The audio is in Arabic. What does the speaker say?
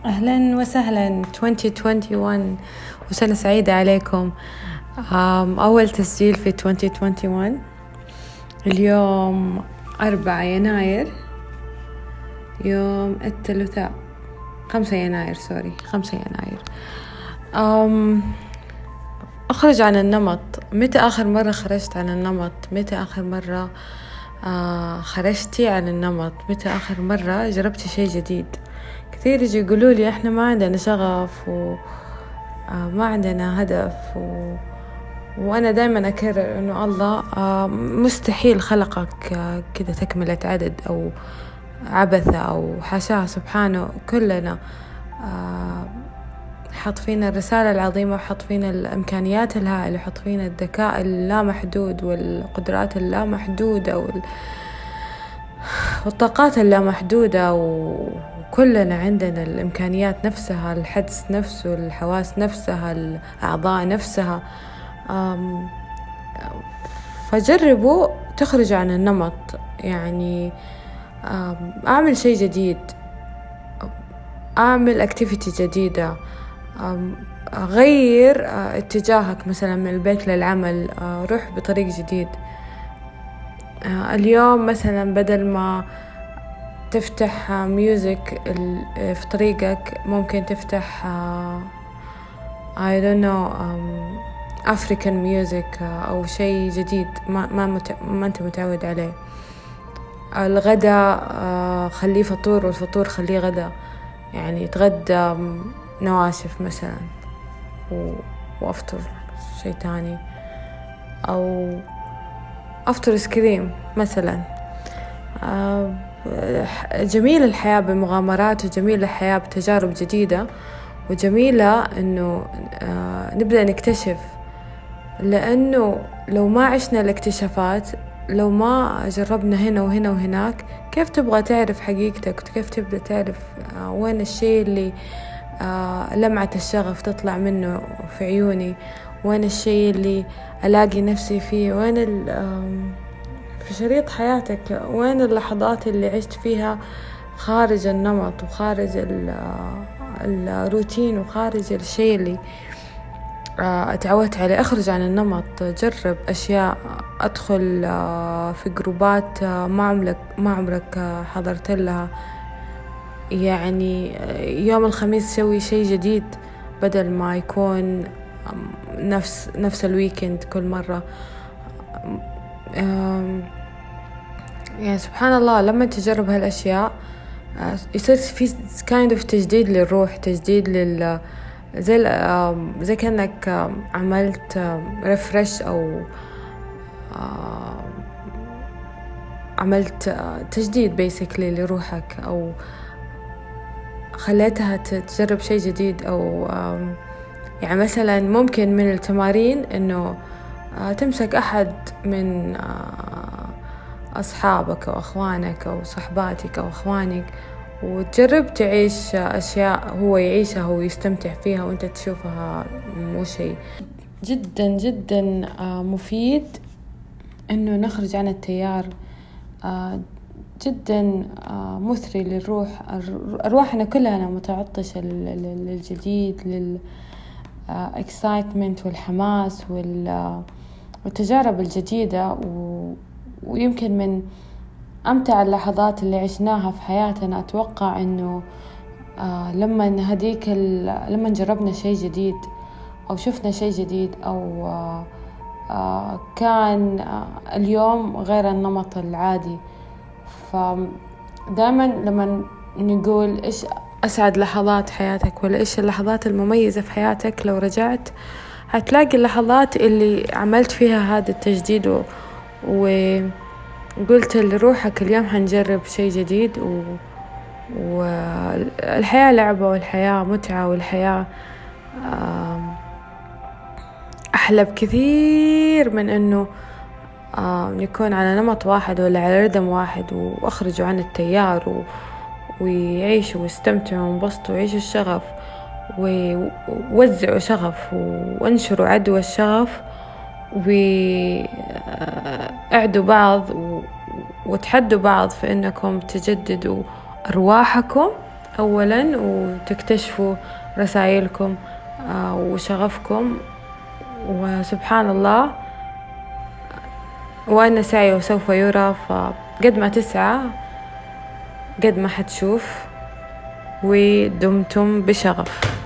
أهلا وسهلا 2021 وسنة سعيدة عليكم. أول تسجيل في 2021. اليوم 4 يناير، يوم الثلاثاء، 5 يناير. أخرج عن النمط. متى آخر مرة خرجت عن النمط؟ متى آخر مرة خرجتي عن النمط؟ متى آخر مرة جربتي شيء جديد؟ كثير يجي يقولوا لي إحنا ما عندنا شغف وما عندنا هدف وأنا دايما أكرر إنه الله مستحيل خلقك كده تكملة عدد أو عبثة أو حاشاه سبحانه. كلنا حط فينا الرسالة العظيمة، وحط فينا الإمكانيات الهائلة، وحط فينا الذكاء اللامحدود والقدرات اللامحدودة والطاقات اللامحدودة، وكلنا عندنا الإمكانيات نفسها، الحدس نفسه، الحواس نفسها، الأعضاء نفسها. فجربوا تخرج عن النمط، يعني أعمل شيء جديد، أعمل أكتيفيتي جديدة، غير اتجاهك مثلا من البيت للعمل، روح بطريق جديد. اليوم مثلا بدل ما تفتح ميوزك في طريقك، ممكن تفتح I don't know African music أو شيء جديد ما أنت متعود عليه. الغداء خليه فطور، والفطور خليه غداء، يعني تغدى نواشف مثلا وأفطر شيء تاني، أو أفطر إسكريم مثلا. جميل الحياة بمغامرات، وجميل الحياة بتجارب جديدة، وجميلة إنه نبدأ نكتشف. لأنه لو ما عشنا الاكتشافات، لو ما جربنا هنا وهنا وهناك، كيف تبغى تعرف حقيقتك؟ وكيف تبدأ تعرف وين الشيء اللي لمعة الشغف تطلع منه في عيوني؟ وين الشيء اللي ألاقي نفسي فيه؟ وين في شريط حياتك؟ وين اللحظات اللي عشت فيها خارج النمط وخارج الروتين وخارج الشيء اللي اتعودت عليه؟ اخرج عن النمط، جرب أشياء، أدخل في جروبات ما عمرك حضرت لها. يعني يوم الخميس سوي شيء جديد بدل ما يكون نفس الويكند كل مرة. يعني سبحان الله، لما تجرب هالأشياء يصير في kind of تجديد للروح، تجديد زي كأنك عملت ريفرش أو عملت تجديد basically لروحك، أو خليتها تجرب شيء جديد. أو يعني مثلا ممكن من التمارين إنه تمسك أحد من أصحابك أو أخوانك أو صحباتك أو أخوانك، وتجرب تعيش أشياء هو يعيشها ويستمتع فيها وأنت تشوفها مو شيء. جدا جدا مفيد إنه نخرج عن التيار، جدا مثري للروح. أرواحنا كلها متعطشة للجديد، للإكسايتمنت والحماس والتجارب الجديدة. ويمكن من أمتع اللحظات اللي عشناها في حياتنا، أتوقع إنه لما جربنا شيء جديد أو شفنا شيء جديد، أو كان اليوم غير النمط العادي. فدائما لما نقول إيش أسعد لحظات حياتك ولا إيش اللحظات المميزة في حياتك، لو رجعت هتلاقي اللحظات اللي عملت فيها هذا التجديد وقلت لروحك اليوم هنجرب شيء جديد. والحياة لعبة، والحياة متعة، والحياة أحلى بكثير من إنه يكون على نمط واحد ولا على رتم واحد. وأخرجوا عن التيار ويعيشوا ويستمتعوا وينبسطوا ويعيشوا الشغف، ووزعوا شغف، وانشروا عدوى الشغف، وأعدوا بعض وتحدوا بعض في إنكم تجددوا أرواحكم أولا وتكتشفوا رسائلكم وشغفكم. وسبحان الله، وأن سعيه سوف يرى، فقد ما تسعى قد ما حتشوف. ودمتم بشغف.